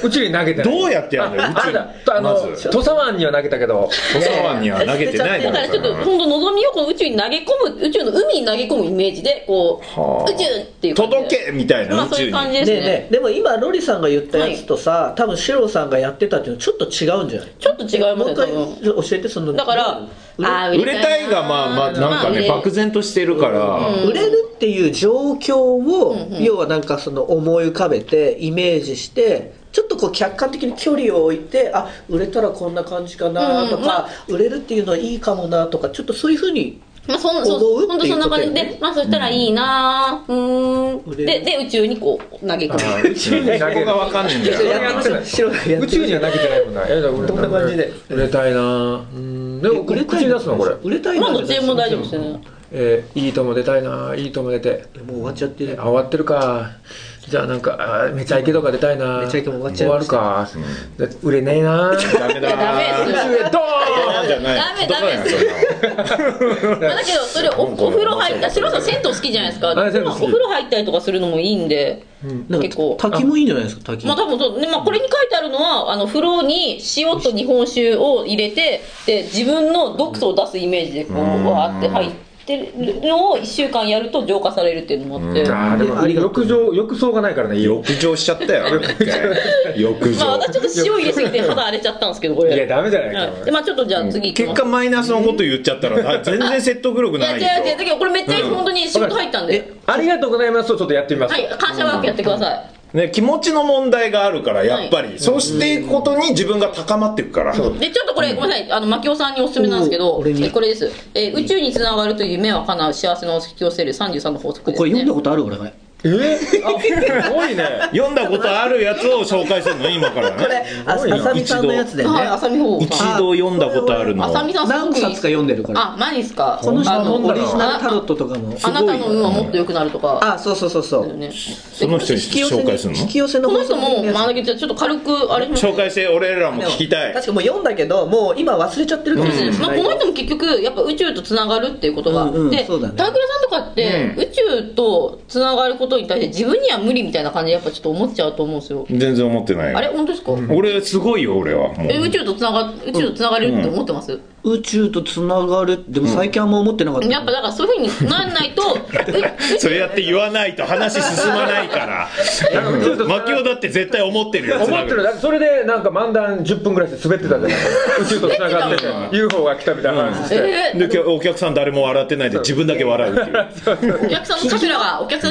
宇宙に投げてない。 どうやってやるの？宇宙に土佐湾には投げたけど、 土佐湾には投げてないだからちょっと今度望みをこの宇宙に投げ込む、宇宙の海に投げ込むイメージでこう宇宙っていう届けみたいな、宇宙に。 でも今ロリさんが言ったやつとさ、多分シロさんがやってたっていうのちょっと違うんじゃない？ ちょっと違いますよ。 もう一回教えて。そのだから売れたいがなんかね漠然としてるから、 売れるっていう状況を要はなんかその思い浮かべてイメージして、ちょっとこう客観的に距離を置いて、売れたらこんな感じかなとか、売れるっていうのはいいかもなとか、ちょっとそういうふうに本当そんな感じで、そしたらいいなで宇宙にこう投げ込む。 宇宙に投げるが分かんないんだよ。 宇宙には投げてないもんな。 どんな感じで売れたいな。でも口に出すのこれ。 売れたいな。 どっちでも大丈夫ですよね。 いいとも出たいな、いいとも出て。 もう終わっちゃってる。 終わってるか。じゃあなんかめちゃイケとか出たいな。 めちゃイケも終わっちゃ終わるか。売れねえな。 ダメだ。 ダメですよ。 ドーンじゃない。 ダメですよ。だけどそれお風呂入った。シロさん銭湯好きじゃないですか。お風呂入ったりとかするのもいいんで。結構滝もいいんじゃないですか。滝。 多分そうね。これに書いてあるのは風呂に塩と日本酒を入れて、で自分の毒素を出すイメージでこうわーって入って。るのを1週間やると浄化されるっていうのもあって、 でも浴槽がないからね。 浴場しちゃったよ。浴場。 私ちょっと塩入れすぎて肌荒れちゃったんですけど、これ。 いやダメじゃないか。 でちょっとじゃあ次結果マイナスのこと言っちゃったら全然説得力ないよ。 違うだけどこれめっちゃ本当に仕事入ったんで。 ありがとうございますとちょっとやってみます。 はい、感謝ワークやってください。 ね、気持ちの問題があるからやっぱり、そうしていくことに自分が高まっていくから。 でちょっとこれごめんなさい、牧雄さんにおすすめなんですけど、これです。宇宙につながるという夢は叶う幸せの引き寄せる33の法則ですね。 これ読んだことある俺ね。 すごいね。 読んだことあるやつを紹介するの今からね。 これ浅見さんのやつでね。 一度読んだことあるの。 浅見さん何冊か読んでるから。 マジっすか。 この人のオリジナルタロットとかも。 あなたの運はもっと良くなるとか。 そう。 その人に紹介するの？ 引き寄せのこの人もちょっと軽くあれ紹介して俺らも聞きたい。 確かもう読んだけどもう今忘れちゃってるかもしれない。 この人も結局やっぱ宇宙とつながるっていうことがで、高倉さんとかって宇宙とつながることに対して自分には無理みたいな感じでやっぱちょっと思っちゃうと思うんですよ。 全然思ってない。 あれ本当ですか？ 俺すごいよ俺は。 宇宙とつながれるって思ってます？ 宇宙とつながるでも最近あんま思ってなかった。 やっぱだからそういう風にならないとそうやって言わないと話進まないから牧雄だって絶対思ってるよ。 思ってる。それでなんか漫談10分ぐらいで滑ってたじゃない。宇宙とつながってて UFO が来たみたいな話して、 でお客さん誰も笑ってないで自分だけ笑うっていう。 お客さんのチャクラがちょっ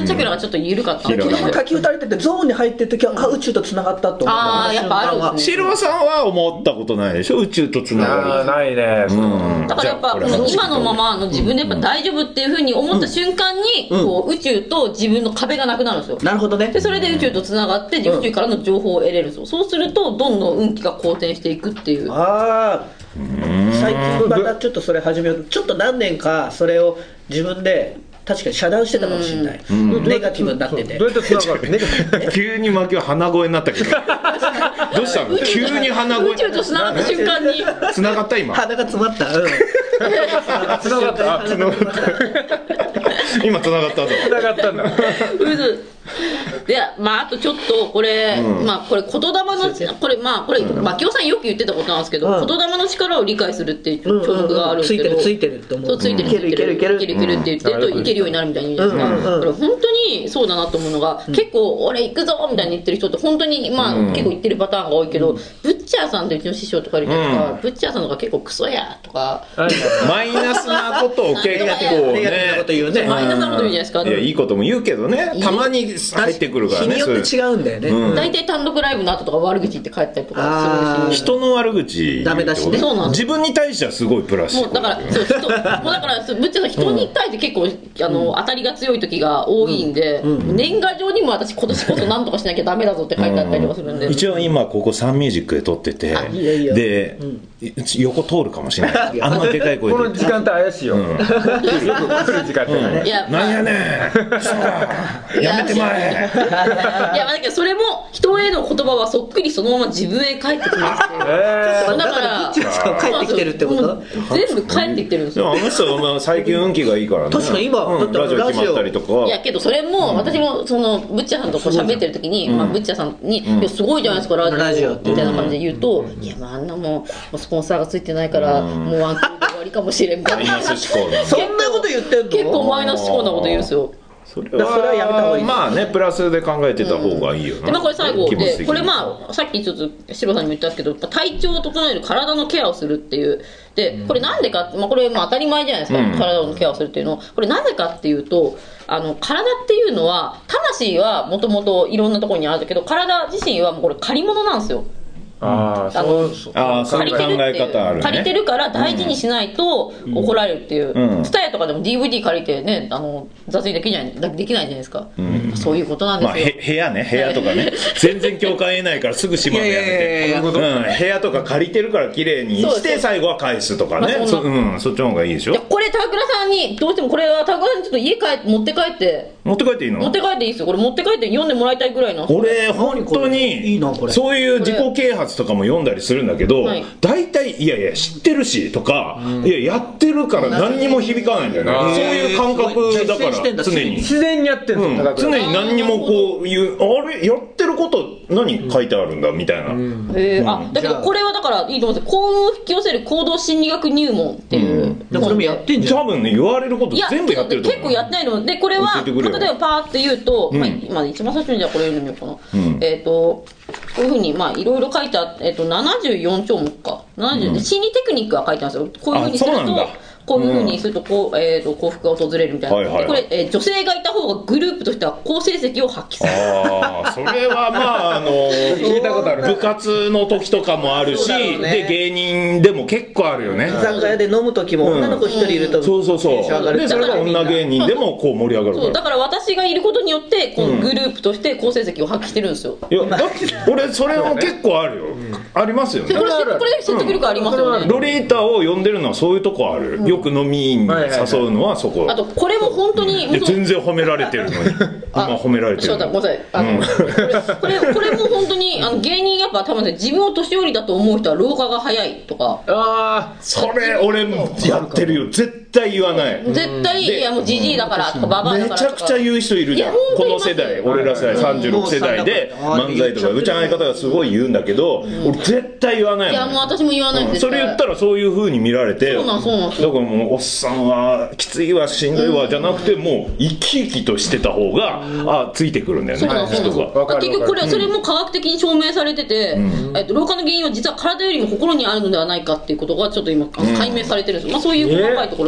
ょっと緩かったんで昨日も滝打たれててゾーンに入ってる時は宇宙とつながったと思った。 ああやっぱあるんですね。 シロさんは思ったことないでしょ、宇宙とつながる。 ないね。 だからやっぱ今のままの自分でやっぱ大丈夫っていうふうに思った瞬間にこう宇宙と自分の壁がなくなるんですよ。 なるほどね。 でそれで宇宙とつながって宇宙からの情報を得れるんですよ。そうするとどんどん運気が好転していくっていう。 ああ最近またちょっとそれ始めよう。ちょっと何年かそれを自分で確かに遮断してたかもしれない。ネガティブになってて。 どうやってつながる？ 急に負けは鼻声になったけどどうしたの？急に鼻声。 宇宙とつながった瞬間につながった今。 鼻が詰まった。 つながった。 今つながったぞ。 つながったんだ。 でまああとちょっとこれ、まあこれ言霊のこれ牧雄さんよく言ってたことなんですけど、言霊の力を理解するっていう聴覚があるんですけど、 ついてるって思う。 そうついてるいけるって言ってるといけるようになるみたいに言うんですか。これ本当にそうだなと思うのが、結構俺行くぞみたいに言ってる人って本当にまあ結構言ってるパターンが多いけど、ブッチャーさんってうちの師匠とかいるじゃないですか。ブッチャーさんとか結構クソやとかマイナスなことを結構ね、 マイナスなこと言うじゃないですか。 いやいいことも言うけどね、たまに入ってくるからね。 日によって違うんだよね。 大体単独ライブの後とか悪口言って帰ったりとかするし、 人の悪口ダメだしね。 自分に対してはすごいプラス。 もうだからそうブッチャーさん人に対して結構当たりが強い時が多いんで、年賀状にも私今年こそ何とかしなきゃダメだぞって書いてあったりとかするんで、 一応今ここサンミュージックで撮ってて、で横通るかもしれない。あんまでかい声で。 この時間帯怪しいよ。よく来る時間帯ね。 なんやねん。やめてまえ。 いやだけどそれも人への言葉はそっくりそのまま自分へ返ってくるんですよ。だから帰ってきてるってこと？ 全部返ってきてるんですよ。 あの人は最近運気がいいからね。 確かに今だってラジオ決まったりとか。 いやけどそれも私もそのブッチャーさんとこう喋ってる時に、ブッチャーさんにいやすごいじゃないですかラジオみたいな感じで言うと、いやまああんなもうスポンサーがついてないからもうワンクールで終わりかもしれんみたいな。 そんなこと言ってんの？ 結構マイナス思考なこと言うんですよ。 それはやめた方がいい。まあねプラスで考えてた方がいいよな。 でまあこれ最後でこれまあさっきちょっとシロさんにも言ったんですけど、体調を整える体のケアをするっていうでこれなんでか、まあこれまあ当たり前じゃないですか、体のケアをするっていうのこれなぜかっていうと体っていうのは魂はもともといろんなところにあるけど体自身はもうこれ借り物なんですよ。 そういう考え方あるね。 借りてるから大事にしないと怒られるっていう。TSUTAYAとかでも DVD 借りてね雑にできないじゃないですか。そういうことなんですよ。 部屋とかね全然共感得ないからすぐ閉まるやめて。部屋とか借りてるから綺麗にして最後は返すとかね。そっちの方がいいでしょ。 これ高倉さんにどうしてもこれは高倉さんにちょっと家持って帰っていいの？持って帰っていいですよ。これ持って帰って読んでもらいたいぐらいの。 俺本当にそういう自己啓発とかも読んだりするんだけど、大体いや知ってるしとか、いややってるから何にも響かないんだよね。そういう感覚だから常に自然にやってるんですよ。 常に何にもこういうあれやってること何書いてあるんだみたいな。 だけどこれはだからいいと思うんですよ。幸運を引き寄せる行動心理学入門っていう。 これもやってんじゃん。 多分ね言われること全部やってると思う。 結構やってないのでこれは例えばパーって言うと、今一番最初にじゃあこれ読んでみようかな。こういうふうにいろいろ書いてあって74項目か心理テクニックが書いてあるんですよ。こういうふうにするとこういうふうにすると幸福が訪れるみたいな。でこれ女性がいた方がグループとしては好成績を発揮する。 それはまあ聞いたことある。 部活の時とかもあるし、で芸人でも結構あるよね。 居酒屋で飲む時も女の子一人いるとそうでそれが女芸人でもこう盛り上がるから。 だから私がいることによってこのグループとして好成績を発揮してるんですよ。 いやだって俺それも結構あるよ。ありますよね。 これだけ説得力ありますよね。 ロリータを呼んでるのはそういうとこある。よく飲みに誘うのはそこ。 あとこれも本当に全然褒められてるのに今褒められてる。 ごめんなさい。これも本当に芸人やっぱ多分ね自分を年寄りだと思う人は老化が早いとか。 それ俺もやってるよ。絶対言わない。 絶対いやもうジジイだからとかババアだからとか。 めちゃくちゃ言う人いるじゃん。この世代俺ら世代36世代で漫才とかうちの相方がすごい言うんだけど俺絶対言わないもん。 いやもう私も言わないんです。 それ言ったらそういう風に見られて、 そうなんだからもうおっさんはきついわしんどいわじゃなくてもう生き生きとしてた方がついてくるんだよね。人が結局これそれも科学的に証明されてて、老化の原因は実は体よりも心にあるのではないかっていうことがちょっと今解明されてるんですよ。そういう細かいところと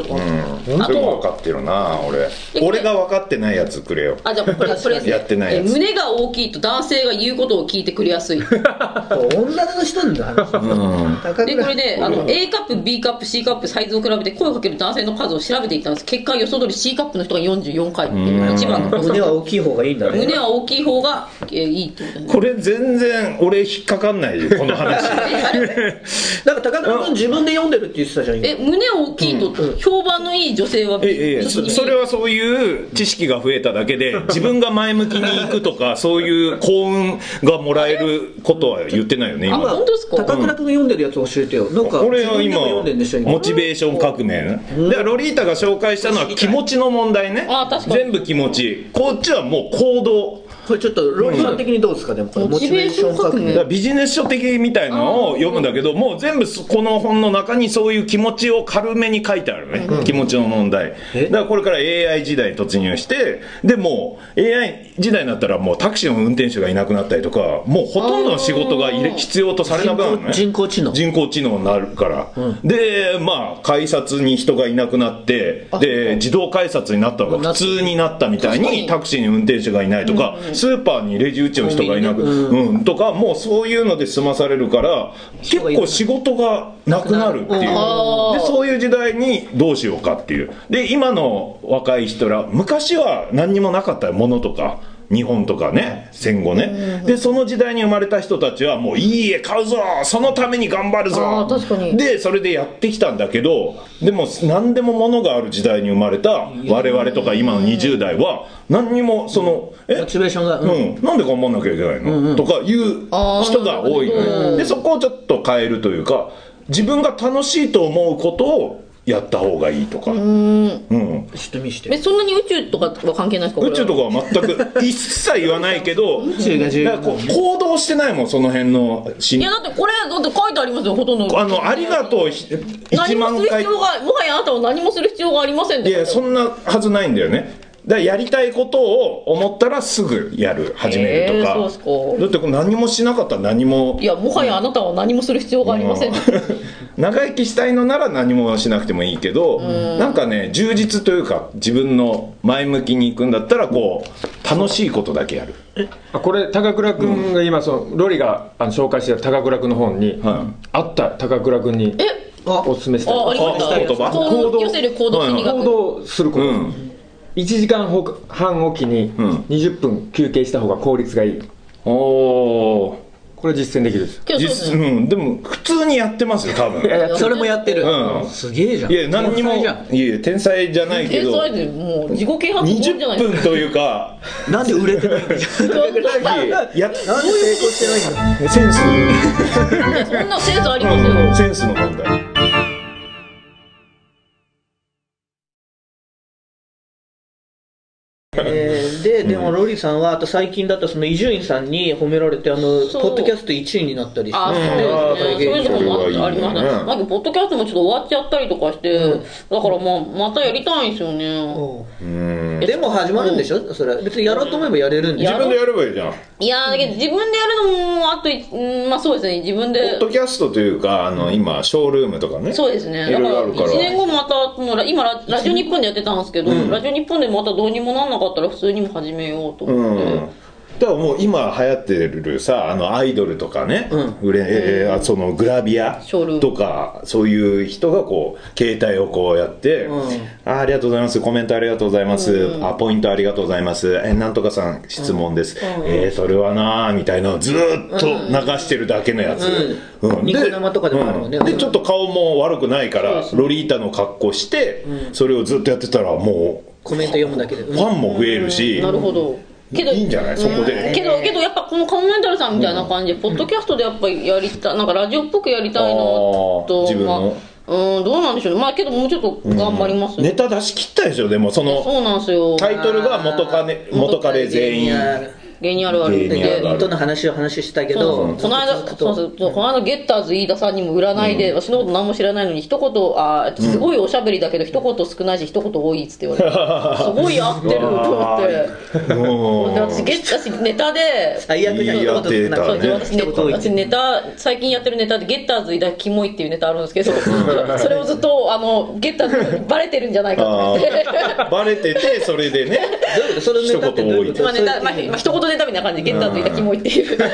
それも分かってるな。俺が分かってないやつくれよ。 じゃあこれやってないやつ。 胸が大きいと男性が言うことを聞いてくれやすい。 女の人の話。 でこれでA カップ B カップ C カップサイズを比べて声をかける男性の数を調べていったんです。結果予想通り C カップの人が44回っていう一番の胸は大きい方がいいんだね。 胸は大きい方がいいってことね。 これ全然俺引っかかんないよこの話。 だから高田君自分で読んでるって言ってたじゃん。 胸大きいと評判のいい女性はそれはそういう知識が増えただけで自分が前向きに行くとかそういう幸運がもらえることは言ってないよね。今本当ですか。 高倉君が読んでるやつ教えてよ。なんか俺は今モチベーション革命でロリータが紹介したのは気持ちの問題ね。全部気持ち。こっちはもう行動。 これちょっとロリさん的にどうですか。でもモチベーション革命ビジネス書的みたいなのを読むんだけどもう全部この本の中にそういう気持ちを軽めに書いてあるね。気持ちの問題だからこれから AI 時代に突入してでもう AI 時代になったらもうタクシーの運転手がいなくなったりとかもうほとんどの仕事が必要とされなくなるね。 人工知能になるから、でまあ改札に人がいなくなってで自動改札になったのが普通になったみたいにタクシーに運転手がいないとか、スーパーにレジ打ちの人がいなく、とかもうそういうので済まされるから結構仕事がなくなるっていう、でそういう時代にどうしようかっていう。で今の若い人ら昔は何にもなかったものとか日本とかね戦後ね、でその時代に生まれた人たちはもういい家買うぞそのために頑張るぞでそれでやってきたんだけどでも何でも物がある時代に生まれた我々とか今の20代は何にもそのモチベーションがなんで頑張んなきゃいけないの、とかいう人が多いのよ。でそこをちょっと変えるというか自分が楽しいと思うことをやった方がいいとか。 ちょっと見して。 そんなに宇宙とかは関係ないですか。 宇宙とかは全く一切言わないけど宇宙が重要。 行動してないもんその辺のいやだってこれだって書いてありますよほとんど。 ありがとう1万回。 もはやあなたは何もする必要がありません。 いやそんなはずないんだよね。だからやりたいことを思ったらすぐ始めるとか。 そうですか。 だって何もしなかったら何も。 いやもはやあなたは何もする必要がありません。 長生きしたいのなら何もしなくてもいいけど、なんかね充実というか自分の前向きにいくんだったらこう楽しいことだけやる。 これ高倉君が今そのロリが紹介してた高倉君の本にあった高倉君におすすめしたありました言葉行動する行動心理学。 行動すること、1時間半おきに20分休憩した方が効率がいい。これ実践できるです。 でも普通にやってますよ多分。 それもやってる。すげえじゃん。 いや何にもいや天才じゃないけど天才でもう自己啓発本じゃない 20分というかなんで売れてないんだよ。 なんで成功してないんだ。センス。 そんなセンスありますよ。 センスの問題。 でもロリさんはあと最近だとその伊集院さんに褒められてポッドキャスト1位になったりして、 そういうのもありますね。まずポッドキャストもちょっと終わっちゃったりとかして、だからまたやりたいんですよね。 でも始まるんでしょそれ。別にやろうと思えばやれるんでしょ。 自分でやればいいじゃん。 いやだけど自分でやるのもあとまあそうですね自分で。 ポッドキャストというか今ショールームとかね。 そうですね。だから1年後また今ラジオ日本でやってたんですけど、ラジオ日本でまたどうにもなんなかったら普通にも始めようと思って。 だからもう今流行ってるさアイドルとかね、そのグラビアとかそういう人がこう携帯をこうやって、ありがとうございますコメントありがとうございます、ポイントありがとうございます、なんとかさん質問です、それはなみたいなのをずーっと流してるだけのやつ、 ニコ生とかでもあるもんね。 でちょっと顔も悪くないからロリータの格好して、それをずっとやってたらもうコメント読むだけでファンも増えるし、 なるほど。けどいいんじゃないそこで。 けどやっぱこのカモメンタルさんみたいな感じで、ポッドキャストでやっぱりやりたい、なんかラジオっぽくやりたいのと、 自分のどうなんでしょうね。まあけどもうちょっと頑張りますよ。 ネタ出し切ったでしょ。でもそうなんですよ。 タイトルが元彼全員芸人あるあるで芸人との話したけど、 この間ゲッターズ飯田さんにも占いで、私のこと何も知らないのに一言すごいおしゃべりだけど一言少ないし一言多いっつって言われてすごい合ってると思ってで私ネタで最悪じゃん。 私ネタ最近やってるネタでゲッターズ飯田キモいっていうネタあるんですけどそれをずっとゲッターズにバレてるんじゃないかと思ってバレててそれでねそれネタってどういうこと？ 一言ネタみたいな感じでゲッターズ飯田キモいっていうそれ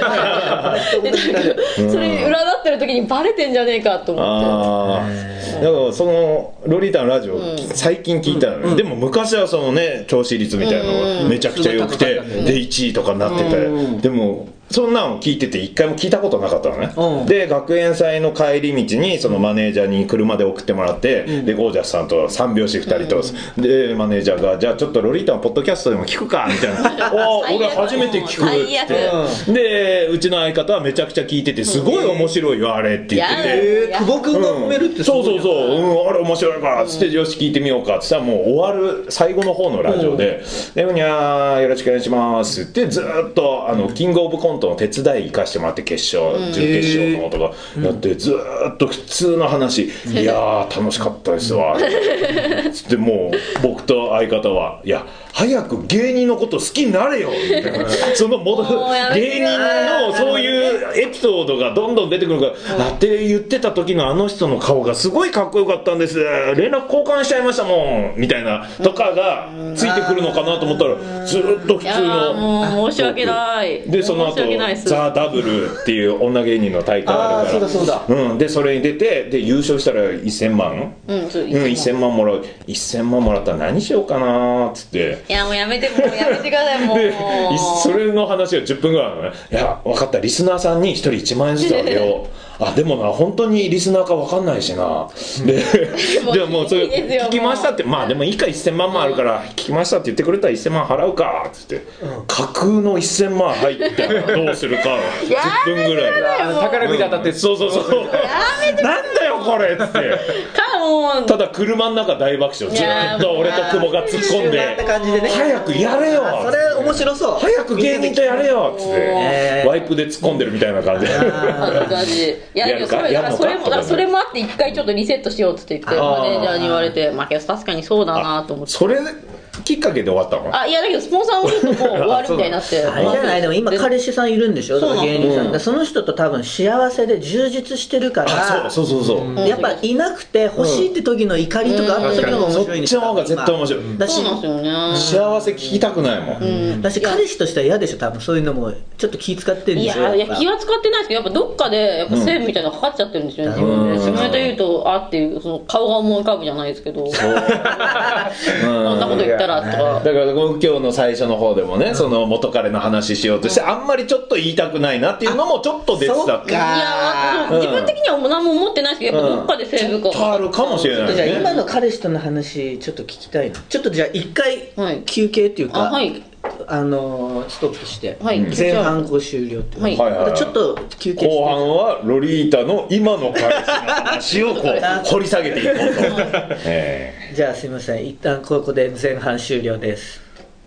占ってる時にバレてんじゃねえかと思ってだからそのロリータのラジオ最近聞いたの、でも昔はそのね聴取率みたいなのがめちゃくちゃ良くてで1位とかになってて、でもそんなの聞いてて一回も聞いたことなかったのね、で学園祭の帰り道にそのマネージャーに車で送ってもらって、でゴージャスさんと三拍子2人と、でマネージャーがじゃあちょっとロリータのポッドキャストでも聞くかみたいな俺初めて聞くってでうちの相方はめちゃくちゃ聞いててすごい面白いよあれって言ってて、 久保君が褒めるってそうあれ面白いからっつってよし聞いてみようかっつったらもう終わる最後の方のラジオで「でうにゃーよろしくお願いします」ってずっとキングオブコントの手伝い行かしてもらって決勝準決勝のことがやってずっと普通の話いやー楽しかったですわつってもう僕と相方はいや早く芸人のこと好きになれよみたいなその芸人のそういうエピソードがどんどん出てくるからだって言ってた時のあの人の顔がすごいかっこよかったんです連絡交換しちゃいましたもんみたいなとかがついてくるのかなと思ったらずっと普通のもう申し訳ないでその後ザ・ダブルっていう女芸人の大会あるからそうだ、 でそれに出てで優勝したら1000万1000万もらう1000万もらったら何しようかなっつっていやもうやめてくださいもうでそれの話が10分ぐらいあるのねいや分かったリスナーさんに1人1万円ずつあげようでもな本当にリスナーか分かんないしなでもうそれ聞きましたってでもいいか1000万もあるから聞きましたって言ってくれたら1000万払うかっつって架空の1000万入ったらどうするか10分ぐらい宝くじ当たってそうなんだよこれっつってただ車の中大爆笑ずっと俺と久保が突っ込んで早くやれよそれ面白そう早く芸人とやれよっつってワイプで突っ込んでるみたいな感じいやそれもあって一回ちょっとリセットしようって言ってマネージャーに言われてけど確かにそうだなと思ってそれきっかけで終わったの？ いやだけどスポンサーもちょっともう終わるみたいになってあれじゃないでも今彼氏さんいるんでしょ芸人さんその人と多分幸せで充実してるからそうやっぱいなくて欲しいって時の怒りとかあった時の方が面白いんですよそっちの方が絶対面白いだしそうなんですよね幸せ聞きたくないもんだし彼氏としては嫌でしょ多分そういうのもちょっと気使ってるんですよいや気は使ってないですけどやっぱどっかでやっぱ線みたいなのかかっちゃってるんですよね自分で下ネタ言うとっていうその顔が思い浮かぶじゃないですけどそんなこと言ったらとかだから今日の最初の方でもねその元彼の話しようとしてあんまりちょっと言いたくないなっていうのもちょっと出てたっていや自分的には何も思ってないですけどやっぱどっかでセーブがあるかもしれないじゃあ今の彼氏との話ちょっと聞きたいなちょっとじゃあ一回休憩っていうかストップして前半終了っていうちょっと休憩して後半はロリータの今の彼氏の話を掘り下げていこうとじゃあすいません一旦ここで前半終了です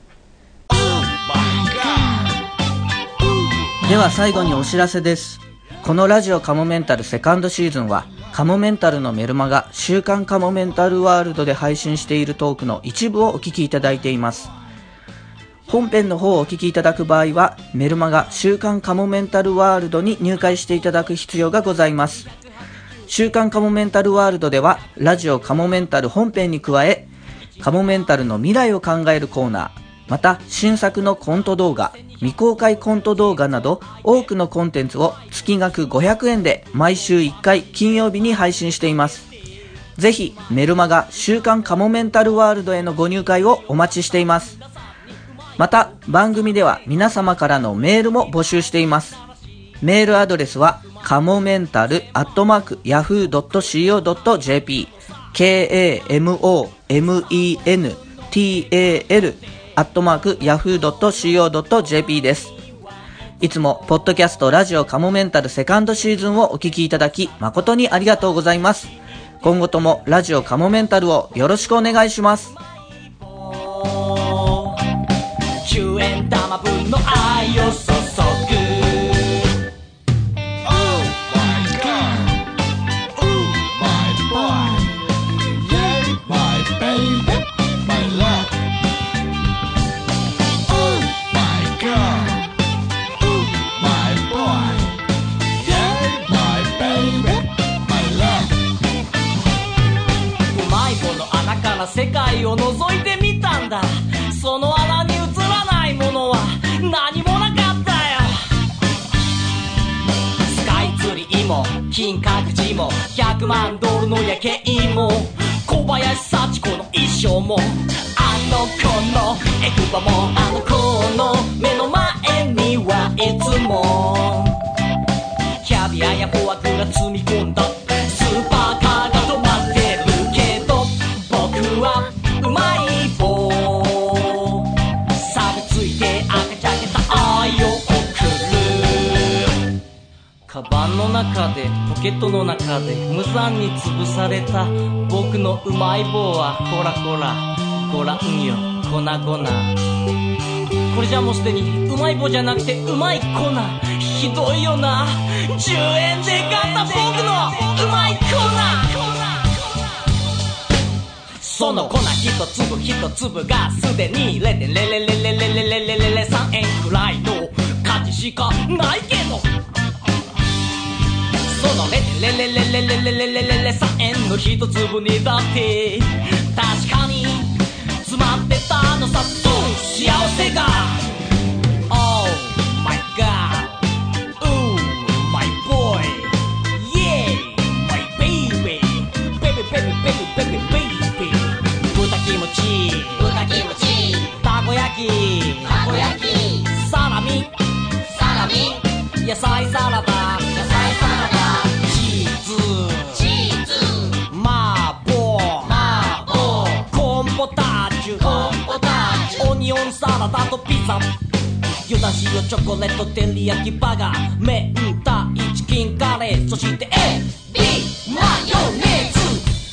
では最後にお知らせです。このラジオカモメンタルセカンドシーズンはカモメンタルのメルマガ週刊カモメンタルワールドで配信しているトークの一部をお聞きいただいています。本編の方をお聞きいただく場合はメルマガ週刊カモメンタルワールドに入会していただく必要がございます。週刊カモメンタルワールドではラジオカモメンタル本編に加えカモメンタルの未来を考えるコーナーまた新作のコント動画未公開コント動画など多くのコンテンツを月額500円で毎週1回金曜日に配信しています。ぜひメルマガ週刊カモメンタルワールドへのご入会をお待ちしています。また番組では皆様からのメールも募集しています。メールアドレスはカモメンタル@yahoo.co.jp kamomental@yahoo.co.jp です。いつもポッドキャストラジオカモメンタルセカンドシーズンをお聞きいただき誠にありがとうございます。今後ともラジオカモメンタルをよろしくお願いします。10円玉分の愛をから世界を覗いてみたんだ。その穴に映らないものは何もなかったよ。スカイツリーも金閣寺も100万ドルの夜景も小林幸子の衣装もあの子のエクバもあの子の目の前にはいつもキャビアやフォアグラ積み込んだスーパーカーが止まってるけど僕はうまい棒錆びついて赤ちゃけた愛を送る。カバンの中でポケットの中で無残に潰された僕のうまい棒はほらほらご覧よ粉々。これじゃもうすでにうまい棒じゃなくてうまい粉。ひどいよな。10円で買った僕のうまい粉。その粉一粒一粒がすでに 0.00003 円くらいの価値しかないけど、その 0.00003 円の一粒にだって確かに詰まってたのさ。幸せが Oh my god Ooh my boy Yeah my baby Baby baby baby baby baby 豚キムチたこ焼きサラミ野菜サラダチーズ麻婆コーンポタージュオニオンサラダとピザ湯だしよチョコレート照り焼きバーガー明太チキンカレーそしてエビマヨネーズ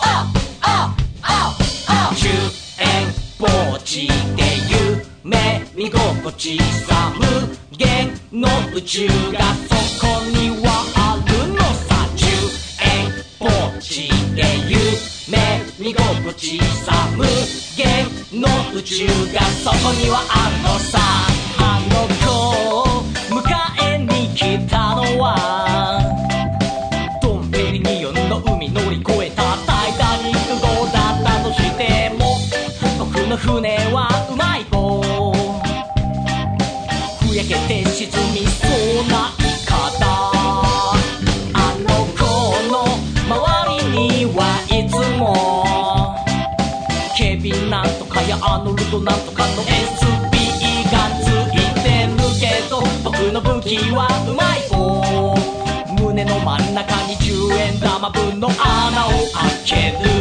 10円ポーチで夢見心地さ無限の宇宙がそこにはあるのさ。10円ポーチで夢見心地さ無限の宇宙がそこにはあるのさ。あの子を迎えに来たのはドンペリニオンの海乗り越えたタイタニック号だったとしても僕の船はうまい棒ふやけて沈みそうなイカだ。あの子の周りにはいつもケビンなんとかやアーノルドなんとかの SB がついてるけど僕の武器はうまい棒胸の真ん中に10円玉分の穴を開ける。